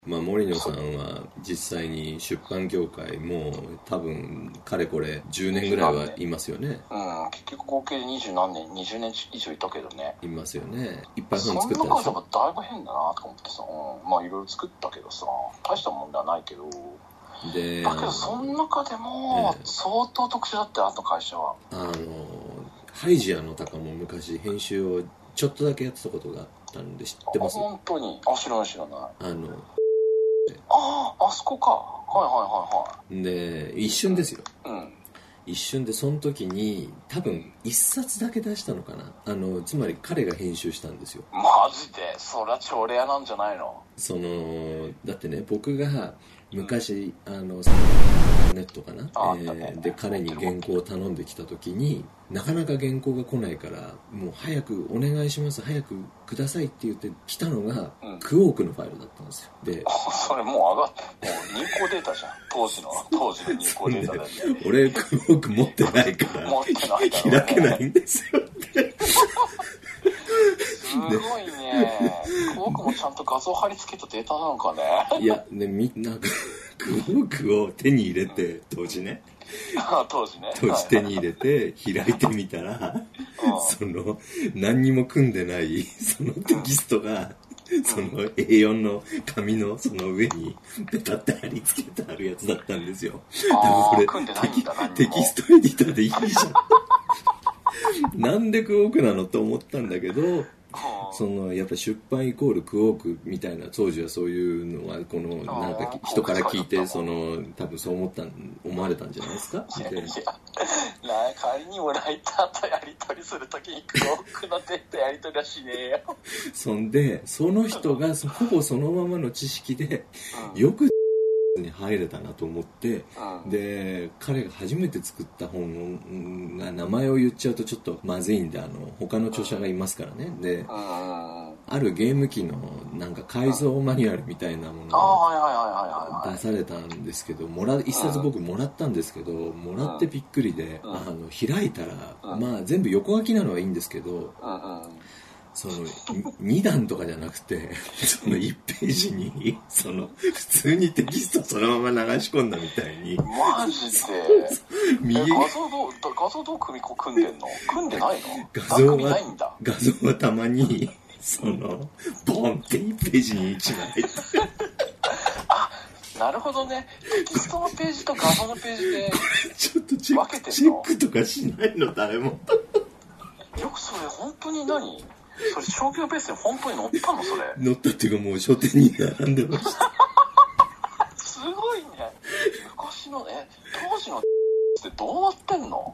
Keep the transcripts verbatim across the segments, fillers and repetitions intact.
まあ、森野さんは実際に出版業界も多分かれこれじゅうねんぐらいはいますよね。 うん、結局合計で二十何年、にじゅうねん以上いたけどね。 いますよね。いっぱい本作ったでしょ。 そんな数がだいぶ変だなと思ってさ、うん、まあいろいろ作ったけどさ、大したもんではないけど。 で、 だけどその中でも相当特殊だったよ、あの会社は。 あのハイジアのタカも昔編集をちょっとだけやってたことがあったんで知ってます？ 本当に？あ、知らない知らない。 あのああ、あそこか。はいはいはいはい。 で一瞬ですよ。 うん。 一瞬でその時に多分一冊だけ出したのかな。あのつまり彼が編集したんですよ。 マジで？そりゃ超レアなんじゃないの？ そのだってね、僕が昔、うん、あのネットかな、えーね、で彼に原稿を頼んできた時になかなか原稿が来ないからもう早くお願いします早くくださいって言って来たのが、うん、クオークのファイルだったんですよ。でそれもう上がってもう入稿データじゃん当時の当時の入稿データだよね。 俺クオーク持ってないから持ってないだろうね、 開けないんですよってすごいね。クオークもちゃんと画像貼り付けたデータなのかね。 いやね、みなんかクオークを手に入れて、うん、当時ね当時ね当時手に入れて開いてみたら、うん、その何にも組んでないそのテキストが、うん、その エーよん の紙のその上にペタって貼り付けてあるやつだったんですよ。 あでもこれテキストエディターでいいじゃんなんでクオークなのと思ったんだけど、そのやっぱ出版イコールクオークみたいな当時はそういうのはこのなんか人から聞いてその多分そう思った思われたんじゃないですか。 いやいや仮にもライターとやり取りするときにクオークのデータやり取りはしねえよ。 そんでその人がほぼそのままの知識でよくに入れたなと思って、うん、で彼が初めて作った本が名前を言っちゃうとちょっとまずいんであの他の著者がいますからね。で、うん、あるゲーム機のなんか改造マニュアルみたいなものを出されたんですけど、もら一冊僕もらったんですけど、もらってびっくりで、うん、あの開いたら、うん、まあ全部横書きなのはいいんですけど、うんうん、そのにだんとかじゃなくてそのいちページにその普通にテキストそのまま流し込んだみたいに。 マジで？右え画像どう画像どう組み組んでんの？組んでないの？ 画像は画像はたまにそのボンっていちページにいちまい入ってあ、なるほどね。テキストのページと画像のページでちょっとチェックチェックとかしないの誰も。 よくそれ本当に何？それ商業ベースに本当に載ったのそれ？ 載ったっていうかもう書店に並んでましたすごいね。昔のえ当時のってどうなってんの？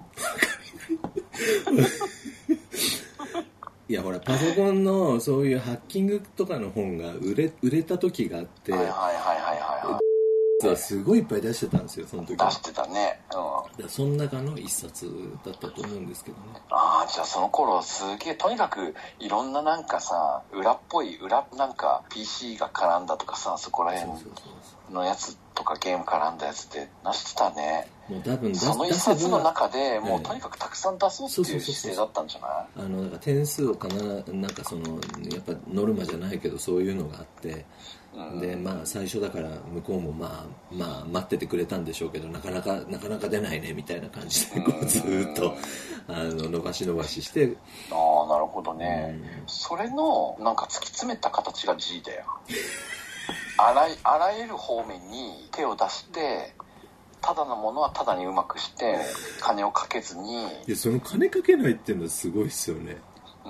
いやほらパソコンのそういうハッキングとかの本が売れ売れた時があって、はいはいはいはいはいはすごいいっぱい出してたんですよその時。 出してたね。 うん。その中の一冊だったと思うんですけどね。 ああ、じゃあその頃すげえとにかくいろんななんかさ裏っぽい裏なんか ピーシー が絡んだとかさそこら辺のやつとかゲーム絡んだやつって出してたね。 もう多分その一冊の中でもうとにかくたくさん出そうっていう姿勢だったんじゃない？ あのなんか点数をかななんかそのやっぱノルマじゃないけどそういうのがあって。でまあ最初だから向こうもまあまあ待っててくれたんでしょうけどなかなかなかなか出ないねみたいな感じでこうずっとあの伸ばし伸ばしして。 ああなるほどね。それのなんか突き詰めた形が G だよ。あらあらゆる方面に手を出してただのものはただにうまくして金をかけずに。 いやその金かけないっていうのはすごいですよね。 うん、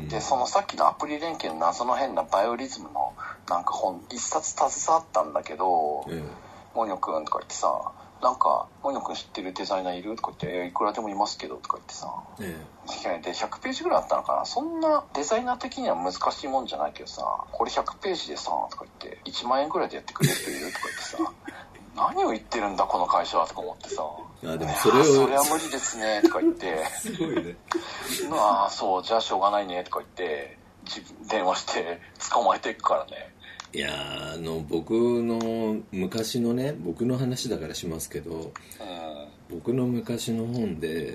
でそのさっきのアプリ連携の謎の変なバイオリズムのなんか本一冊携わったんだけど、ええ、モニョくんとか言ってさなんかモニョくん知ってるデザイナーいるとか言っていくらでもいますけどとか言ってさ、ええ、でひゃくページぐらいあったのかな。そんなデザイナー的には難しいもんじゃないけどさこれひゃくページでさとか言っていちまんえんぐらいでやってくれる人いるとか言ってさ何を言ってるんだこの会社はとか思ってさあでもそれをそれは無理ですねとか言ってすごいねまあそうじゃあしょうがないねとか言って自分電話して捕まえていくからね。 いやあの僕の昔のね僕の話だからしますけど、うん、僕の昔の本で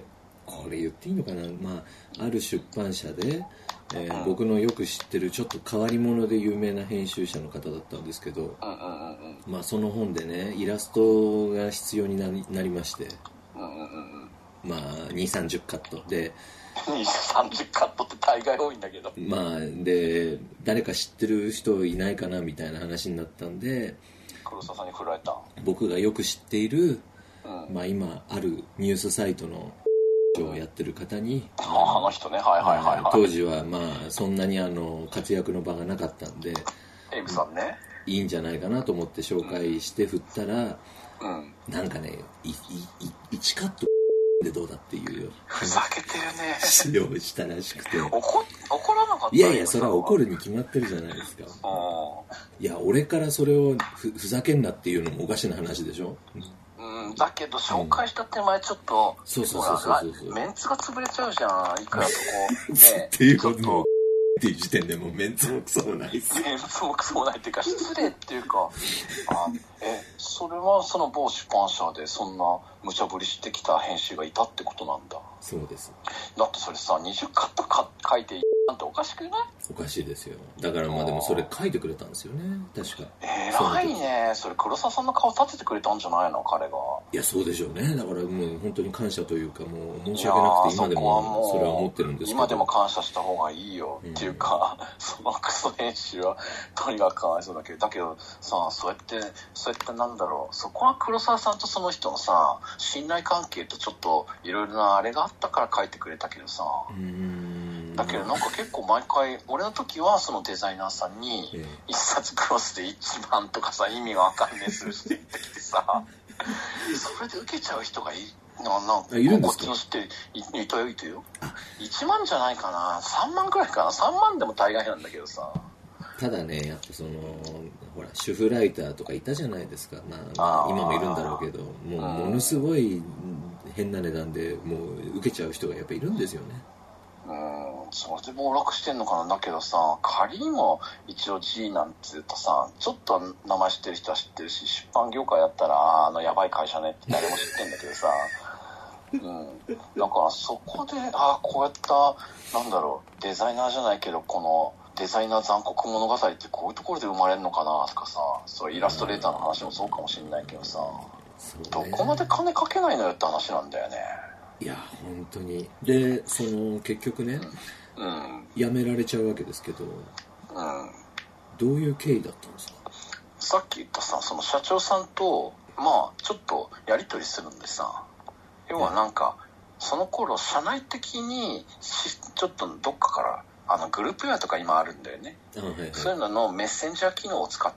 これ言っていいのかな、まあ、ある出版社で、えー、僕のよく知ってるちょっと変わり者で有名な編集者の方だったんですけど、まあ、その本でねイラストが必要に な, なりまして、まあ、にじゅうさんじゅうカットでにじゅうさんじゅうカットって大概多いんだけど、 まあ、で誰か知ってる人いないかなみたいな話になったんで黒沢さんに振られた。 僕がよく知っている、うんまあ、今あるニュースサイトのをやってる方に、 ああの人ね、はいはいはい、はい、 当時はまあそんなにあの活躍の場がなかったんでエイブさんねいいんじゃないかなと思って紹介して振ったら、 うん、 なんかねいいいちカットでどうだっていうよふざけてるね使用したらしくて怒怒らなかった。 いやいやそれは怒るに決まってるじゃないですか。いや俺からそれを ふ, ふざけんなっていうのもおかしな話でしょ。 うん、だけど紹介した手前ちょっと、うん、 そうそうそうそうそうメンツが潰れちゃうじゃんいくらとこうねっていうこともっていう時点でもうメンツもクソもないっす。 メンツもクソもないっていうか失礼っていうかあえそれはその某出版社でそんな無茶ぶりしてきた編集がいたってことなんだ。 そうです。 だってそれさにじゅうカットか書いていいなんておかしくない？ おかしいですよ。だからまあでもそれ書いてくれたんですよね確か。 えらいね。それ黒沢さんの顔立ててくれたんじゃないの彼が。 いやそうでしょうね。だからもう本当に感謝というかもう申し訳なくて今でもそれは思ってるんですけど今でも感謝した方がいいよ、うん、っていうかそのクソ編集はとにかくかわいそうだけどだけどさそうやってそうやってなんだろうそこは黒沢さんとその人のさ信頼関係とちょっといろいろなあれがあったから書いてくれたけどさうーんだけどなんか結構毎回俺の時はそのデザイナーさんに一冊クロスで一番とかさ意味がわかんねえ数字で言ってきてさそれで受けちゃう人がいななんかいるんですか。 こっちの知ってるいいたよいたよいちまんじゃないかなさんまんくらいかなさんまんでも大概なんだけどさただねやっぱそのほら主婦ライターとかいたじゃないですか、まあ、まあ今もいるんだろうけどもうものすごい変な値段でもう受けちゃう人がやっぱいるんですよね。 うんそれで暴落してんのかな。だけどさ仮にも一応 G なんて言うとさちょっと名前知ってる人は知ってるし出版業界だったらあのやばい会社ねって誰も知ってんだけどさうんだからそこであこうやったなんだろうデザイナーじゃないけどこのデザイナー残酷物語ってこういうところで生まれるのかなとかさそうイラストレーターの話もそうかもしれないけどさ、ね、どこまで金かけないのよって話なんだよね。 いや本当にでその結局ね、うん、辞められちゃうわけですけど、うん、どういう経緯だったんですか。 さっき言ったさその社長さんとまあちょっとやり取りするんでさ要はなんか、その頃社内的にちょっとどっかからあのグループウェアとか今あるんだよね、はいはい、そういうののメッセンジャー機能を使って、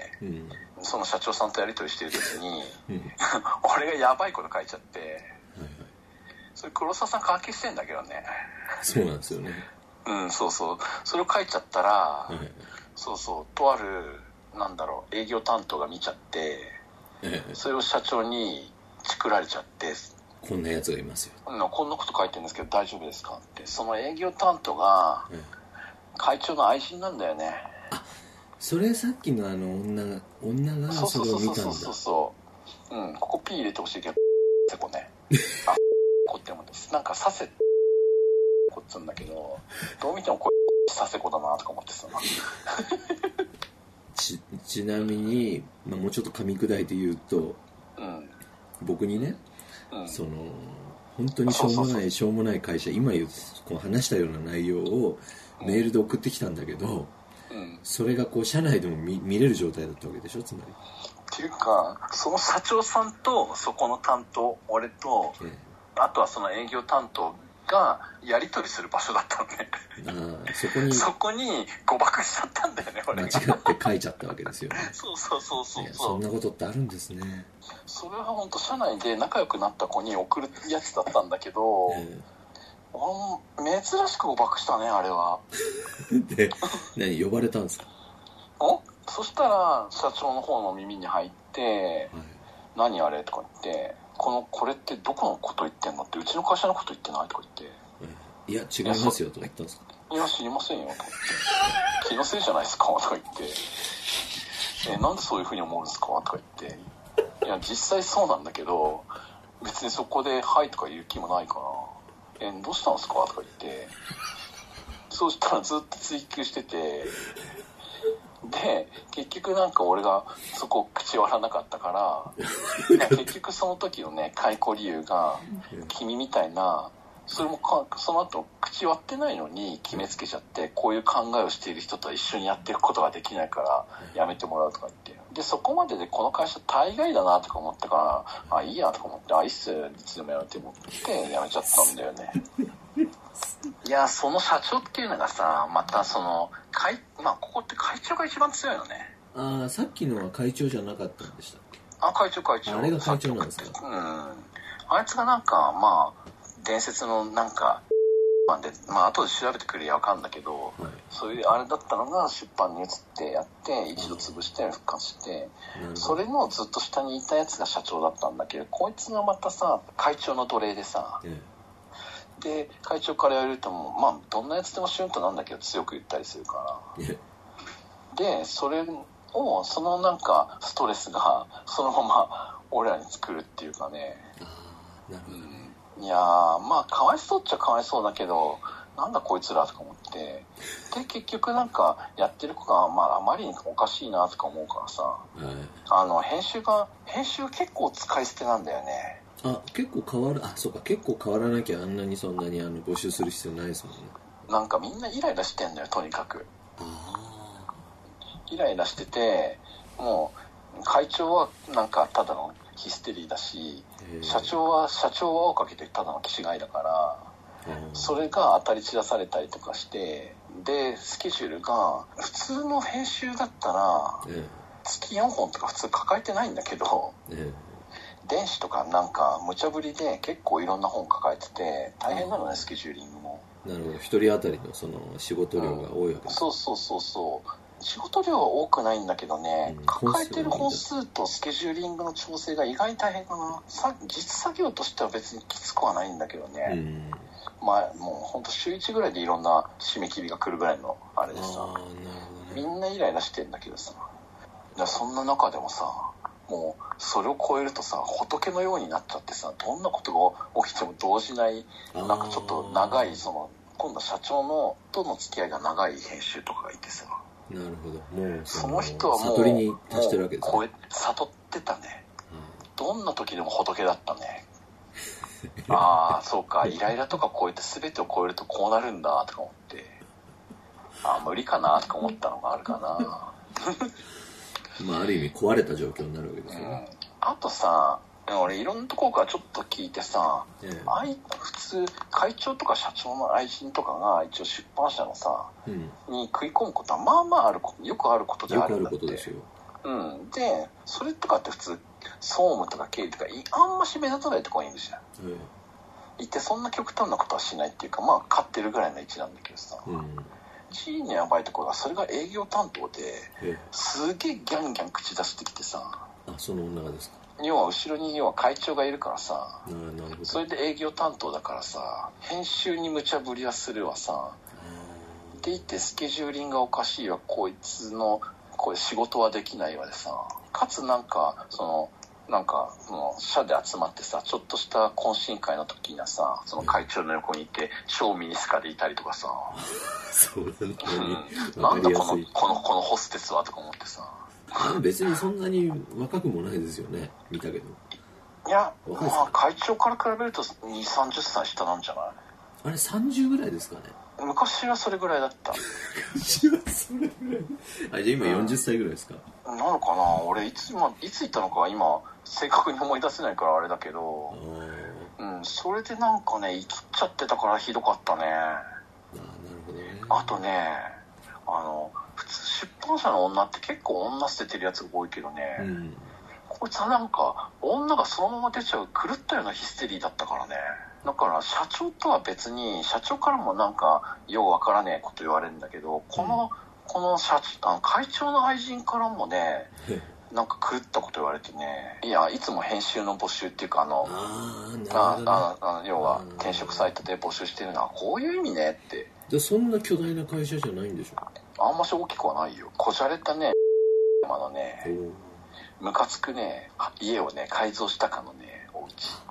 うん、その社長さんとやり取りしてる時に、うん、俺がやばいこと書いちゃって、はいはい、それ黒沢さん関係してんだけどね。 そうなんですよね。 うんそうそうそれを書いちゃったら、はいはい、そうそうとあるなんだろう営業担当が見ちゃって、はいはい、それを社長にチクられちゃってこんなやつがいますよ、 こんなこと書いてるんですけど大丈夫ですかってその営業担当が会長の愛人なんだよね。 あそれさっきのあの女が女がそれを見たんだ。 そうそうそうそううんここ P 入れてほしいけどセコねあこってもなんかさせこっつうんだけどどう見てもこれさせこだなとか思ってさち, ちなみに、まあ、もうちょっと噛み砕いて言うと、うん、僕にね、うん、その本当にしょうもないしょうもない会社今言うこう話したような内容をメールで送ってきたんだけど、うん、それがこう社内でも 見, 見れる状態だったわけでしょつまり。 っていうかその社長さんとそこの担当俺と、ええ、あとはその営業担当がやり取りする場所だったのね。 あそこにそこに誤爆しちゃったんだよね俺が。 間違って書いちゃったわけですよね。 そうそうそうそうそう。 そんなことってあるんですね。 それは本当社内で仲良くなった子に送るやつだったんだけど、えー、俺も珍しく誤爆したねあれは。 で何呼ばれたんですか。 おそしたら社長の方の耳に入って、はい、何あれとか言ってこのこれってどこのこと言ってんのってうちの会社のこと言ってないとか言って、 いや違いますよとか言ったんですか。 いや知りませんよとか言って気のせいじゃないですかとか言ってえなんでそういうふうに思うんですかとか言っていや実際そうなんだけど別にそこではいとか言う気もないかえどうしたんですかとか言ってそうしたらずっと追求しててで結局なんか俺がそこ口割らなかったから結局その時のね解雇理由が君みたいなそれもかその後口割ってないのに決めつけちゃってこういう考えをしている人と一緒にやっていくことができないからやめてもらうとか言ってでそこまででこの会社大概だなとか思ったからあいいやとか思ってあいいっすいつでもやめてもってやめちゃったんだよねいやその社長っていうのがさまたその会まあここって会長が一番強いのねああさっきのは会長じゃなかったんでしたっけあ会長会長あれが会長なんですかうんあいつがなんかまあ伝説のなんかでまあ後で調べてくれやわかんだけど、はい、そういうあれだったのが出版に移ってやって一度潰して復活してそれのずっと下にいたやつが社長だったんだけどこいつがまたさ会長の奴隷でさ、ええ、で会長から言われるともまあどんなやつでもシュンとなんだけど強く言ったりするから、ええ、でそれをそのなんかストレスがそのまま俺らに作るっていうかねあなるほどね、うんいやーまあかわいそうっちゃかわいそうだけどなんだこいつらとか思ってで結局なんかやってる子が、まあ、あまりにおかしいなとか思うからさ、はい、あの編集が編集結構使い捨てなんだよねあ結構変わるあそうか結構変わらなきゃあんなにそんなにあの募集する必要ないですもんねなんかみんなイライラしてんだよとにかくあイライラしててもう会長はなんかただのヒステリーだし社長は社長はをかけてただの気違いだからそれが当たり散らされたりとかしてでスケジュールが普通の編集だったら月よんほんとか普通抱えてないんだけど電子とかなんか無茶ぶりで結構いろんな本抱えてて大変なのねスケジューリングもなるほど一人当たりのその仕事量が多いわけです、 うん、そうそうそうそう仕事量は多くないんだけどね、うん、抱えてる本数とスケジューリングの調整が意外に大変かなさ実作業としては別にきつくはないんだけどね、うん、まあもうほんと週いちぐらいでいろんな締め切りが来るぐらいのあれでさ、ね、みんなイライラしてんだけどさそんな中でもさもうそれを超えるとさ仏のようになっちゃってさどんなことが起きても動じないなんかちょっと長いその今度社長のとの付き合いが長い編集とかがいてさなるほどもうその、 その人はもう悟りに達してるわけですね。 もう悟ってたね、うん、どんな時でも仏だったねああそうかイライラとか超えて全てを超えるとこうなるんだとか思ってああ無理かなとか思ったのがあるかなまあある意味壊れた状況になるわけですよね、 うん、あとさ俺いろんなところからちょっと聞いてさ、ええ、あい普通会長とか社長の愛人とかが一応出版社のさ、うん、に食い込むことはまあまああることよくあることであるんだって。よくあることですよ。うん、でそれとかって普通総務とか経理とかあんまし目立たないところにいるじゃん、ええ、言ってそんな極端なことはしないっていうかまあ買ってるぐらいの位置なんだけどさ、うん、地位のやばいところがそれが営業担当で、ええ、すげえギャンギャン口出してきてさあその女がですか要は後ろに要は会長がいるからさそれで営業担当だからさ編集に無茶ぶりはするわさでいてスケジューリングがおかしいわこいつのこう仕事はできないわでさかつなんかそのなんかもう社で集まってさちょっとした懇親会の時にはさその会長の横にいて超ミニスカでいたりとかさそうなんだ、 うん、なんだこのこのこのホステスはとか思ってさ別にそんなに若くもないですよね見たけどいやまあ会長から比べるとにじゅう、さんじゅっさい下なんじゃないあれさんじゅうぐらいですかね昔はそれぐらいだった昔はそれぐらいあじゃあ今よんじゅっさいぐらいですか、 うん、なのかな俺いつ、まあ、いつ行ったのか今正確に思い出せないからあれだけどうんそれでなんかね生きっちゃってたからひどかったねあなるほどねあとねあの普通出版社の女って結構女捨ててるやつが多いけどね、うん、こいつはなんか女がそのまま出ちゃう狂ったようなヒステリーだったからねだから社長とは別に社長からもなんかようわからねえこと言われるんだけどこの、うん、この社あの会長の愛人からもねなんか狂ったこと言われてねいやいつも編集の募集っていうかあのああ、ね、ああ要は転職サイトで募集してるのはこういう意味ねってじゃそんな巨大な会社じゃないんでしょあんまし大きくはないよこじゃれたねあのねムカつくね家をね改造したかのねお家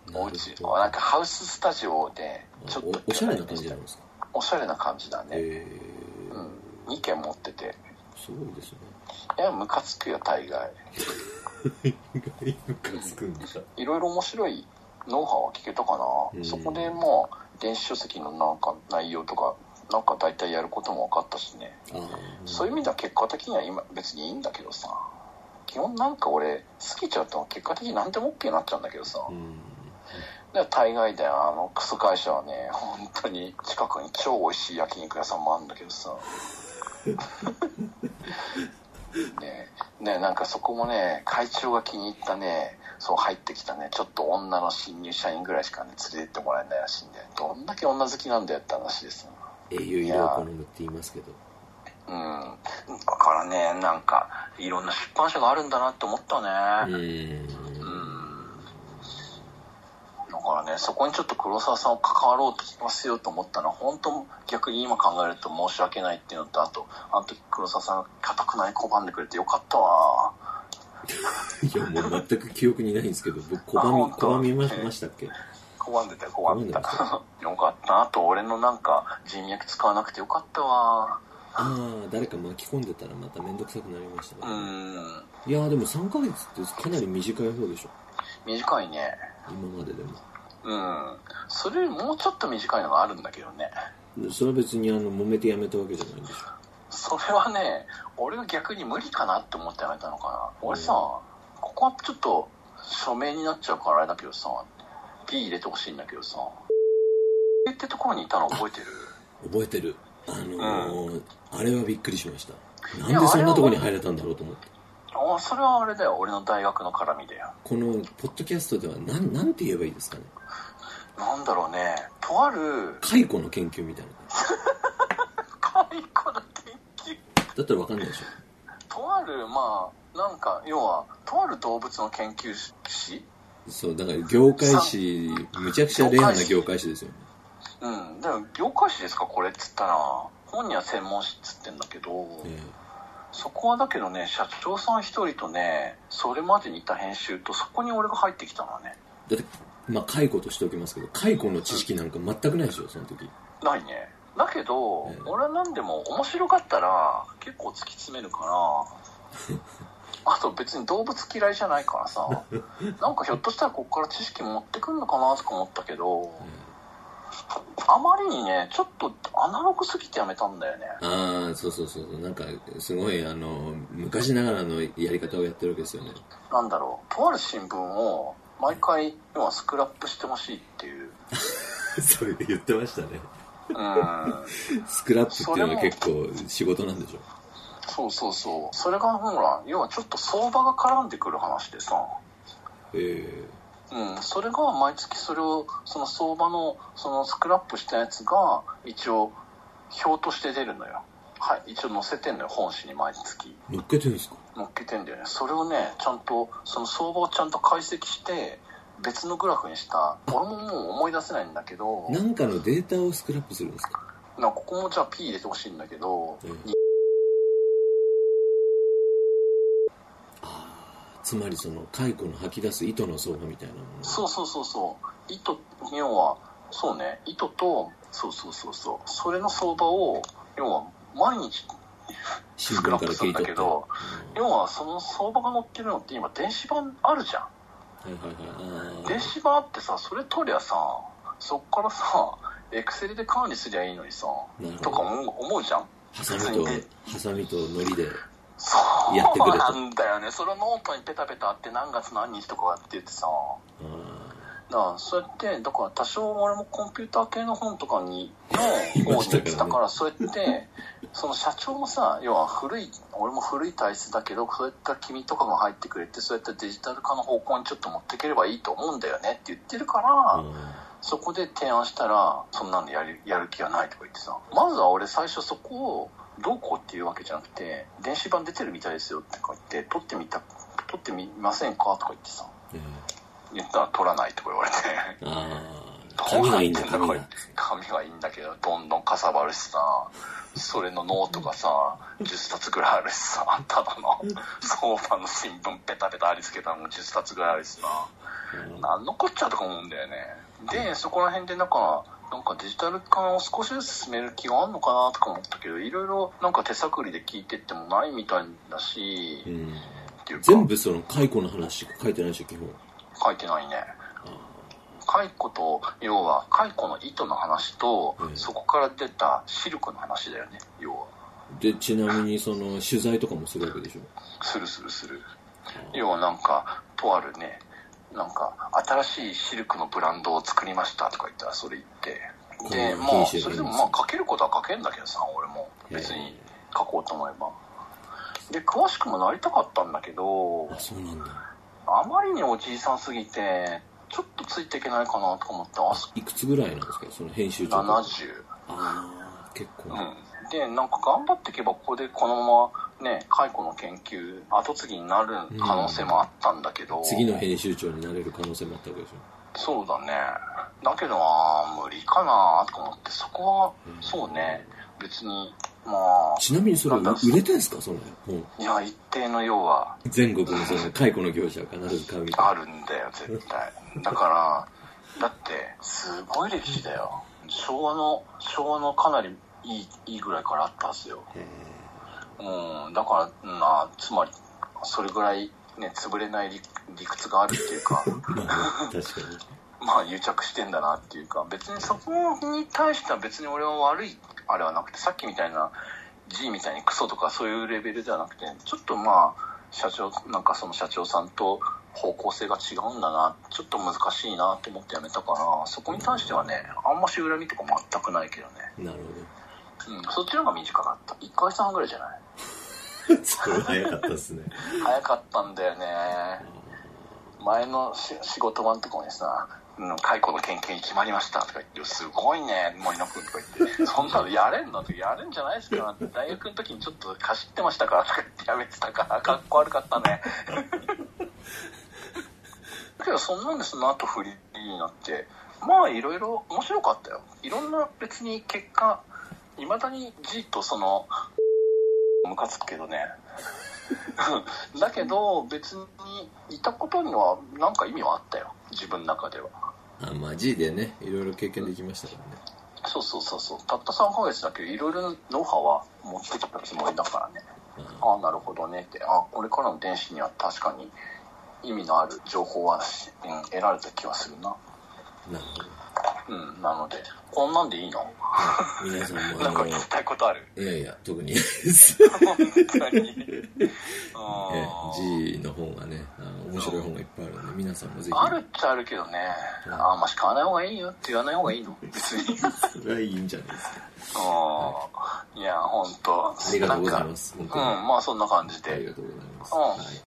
お家なんかハウススタジオでちょっとお, おしゃれな感じなんですか？ おしゃれな感じだね、えーうん、にけん持ってて。 そうですね。 いやムカつくよ大概ムカつくんでしょ。 いろいろ面白いノウハウは聞けたかな。そこでもう電子書籍のなんか内容とかなんか大体やることも分かったしね。そういう意味では結果的には今別にいいんだけどさ、基本なんか俺過ぎちゃうと結果的に何でも OK になっちゃうんだけどさ、うん、で大概であのクソ会社はね本当に近くに超美味しい焼肉屋さんもあるんだけどさねえねえなんかそこもね会長が気に入ったねそう入ってきたねちょっと女の新入社員ぐらいしかね連れてってもらえないらしいんで、どんだけ女好きなんだよって話ですよ。 英雄色を好むって言いますけど、 うん、だからねなんかいろんな出版社があるんだなって思ったね。うん、うん、だからねそこにちょっと黒沢さんを関わろうとさせようと思ったのは本当逆に今考えると申し訳ないっていうのと、あとあの時黒沢さんが固くない拒んでくれてよかったわいやもう全く記憶にないんですけど、僕拒み拒みましたっけ？ 拒んでたよ拒んでたよかった。あと俺のなんか人脈使わなくてよかったわ。 ああ誰か巻き込んでたらまた面倒くさくなりましたね。うん、いやでもさんかげつってかなり短い方でしょ。 短いね今まででも。 うんそれよりもうちょっと短いのがあるんだけどね。 それは別にあの揉めてやめたわけじゃないんでしょ。 それはね俺が逆に無理かなって思ってやめたのかな。俺さ、うん、ここはちょっと署名になっちゃうからあれだけどさ P 入れてほしいんだけどさってところにいたの覚えてる？ 覚えてる。あのーうん、あれはびっくりしました。なんでそんなとこに入れたんだろうと思って。 あそれはあれだよ俺の大学の絡みだよ。 このポッドキャストでは何なんて言えばいいですかね。 なんだろうねとある解雇の研究みたいな解雇の研究だったら分かんないでしょ。 とあるまあなんか要はとある動物の研究士。 そうだから業界誌むちゃくちゃレアな業界誌ですよね。 うんだから業界誌ですかこれっつったら本には専門誌っつってんだけど、えー、そこはだけどね社長さん一人とねそれまでにいた編集とそこに俺が入ってきたのはね。 だってまあ解雇としておきますけど解雇の知識なんか全くないでしょ、うん、その時。 ないね。だけど、えー、俺は何でも面白かったら結構突き詰めるからあと別に動物嫌いじゃないからさなんかひょっとしたらここから知識持ってくるのかなとか思ったけど、うん、あまりにねちょっとアナログすぎてやめたんだよね。 ああそうそうそうなんかすごいあの昔ながらのやり方をやってるわけですよね。 なんだろうとある新聞を毎回要はスクラップしてほしいっていうそれで言ってましたね。うんスクラップっていうのは結構仕事なんでしょ。 そうそうそうそれがほら要はちょっと相場が絡んでくる話でさ、えーうん、それが毎月それをその相場のそのスクラップしたやつが一応表として出るのよ。はい一応載せてんのよ本誌に毎月。 載っけてるんですか？ 載っけてんだよね。それをねちゃんとその相場をちゃんと解析して別のグラフにした俺ももう思い出せないんだけどなんかのデータをスクラップするんですか？ なんかここもじゃあ P 入れてほしいんだけど、えーつまりその蚕の吐き出す糸の相場みたいなもの。 そうそうそうそう糸要はそうね糸とそうそうそうそうそれの相場を要は毎日スクラップするんだけど、うん、要はその相場が載ってるのって今電子版あるじゃん。はいはいはい。電子版あってさそれ取りゃさそっからさエクセルで管理すりゃいいのにさとか思うじゃん。 ハサミとハサミとノリでそうやってくれと。なんだよねそれノートにペタペタあって何月何日とかやっててさ、うん、だからそうやってだから多少俺もコンピューター系の本とかにの方に行ってたからそうやってその社長もさ要は古い俺も古い体質だけどそういった君とかが入ってくれてそうやってデジタル化の方向にちょっと持っていければいいと思うんだよねって言ってるから、うん、そこで提案したらそんなのやる、やる気はないとか言ってさまずは俺最初そこをどうこうっていうわけじゃなくて電子版出てるみたいですよって言って撮ってみた撮ってみませんかとか言ってさ、うん、言ったら撮らないとか言われてあ紙がいいんだ紙が紙がいいんだけどどんどんかさばるしさそれのノートがさじゅっさつぐらいあるしさ、ただの相場の新聞ペタペタありつけたのもじゅっさつぐらいあるしさ、なんのこっちゃとか思うんだよね。でそこら辺でなんかなんかデジタル化を少しずつ進める気があるのかなとか思ったけど、いろいろなんか手探りで聞いてってもないみたいだし、うん、 っていうか全部その解雇の話しか書いてないでしょ基本。 書いてないね。解雇と要は解雇の糸の話と、うん、そこから出たシルクの話だよね要は。 でちなみにその取材とかもするわけでしょ。 するするする。要はなんかとあるねなんか新しいシルクのブランドを作りましたとか言ったらそれ言って、でまあそれでもまあ書けることは書けるんだけどさ、俺も別に書こうと思えば。で詳しくもなりたかったんだけど、 あそうなんだ。 あまりにおじいさんすぎてちょっとついていけないかなとか思って。あいくつぐらいなんですかその編集長。 ななじゅう。 ああ結構、うん、 でなんか頑張っていけばここでこのままね解雇の研究後継ぎになる可能性もあったんだけど、うん、 次の編集長になれる可能性もあったわけでしょ。 そうだね。だけどあ無理かなとか思って、そこは、うん、そうね別にまあ。 ちなみにそれ売れてんすかその本。 いや一定の要は全国のその解雇の業者は必ず買うみたいな。 あるんだよ絶対。だからだってすごい歴史だよ。昭和の昭和のかなりいいいいぐらいからあったはずよ。うんだからなつまりそれぐらいね潰れない 理, 理屈があるっていうかまあ確かにまあ癒着してんだなっていうか、別にそこに対しては別に俺は悪いあれはなくて、さっきみたいな G みたいにクソとかそういうレベルではなくて、ちょっとまあ社長なんかその社長さんと方向性が違うんだな、ちょっと難しいなって思ってやめたから、そこに対してはねあんまし恨みとか全くないけどね。 なるほど、うん、そっちの方が短かった。いっかげつはんぐらいじゃないそれ早かったですね早かったんだよね。前の仕事場のところにさ解雇の研究に決まりましたとか言って、すごいね森野くんとか言ってそんなのやれんのとかやるんじゃないですかって、大学の時にちょっとかしってましたからとか言ってやめてたからかっこ悪かったねだけどそんなんでその後フリーになってまあいろいろ面白かったよ。いろんな別に結果いまだにじっとそのムカつくけどねだけど別にいたことには何か意味はあったよ自分の中では。 あまあ G でねいろいろ経験できましたからね。 そうそうそうそう。たったさんかげつだけどいろいろノウハウは持ってきたつもりだからね。ああなるほどねって、あこれからの電子には確かに意味のある情報は、うん、得られた気はするな。 なるほど。 うん、なのでこんなんでいいの皆さんもなんか聞きたいことある？ いやいや特にです本当にあ G の本がねあの面白い本がいっぱいあるので皆さんもぜひ。 あるっちゃあるけどね、あんまし買わない方がいいよって言わない方がいいの別にそれはいいんじゃないですか。 あいや本当ありがとうございます。 うんまあそんな感じでありがとうございます、 うんはい。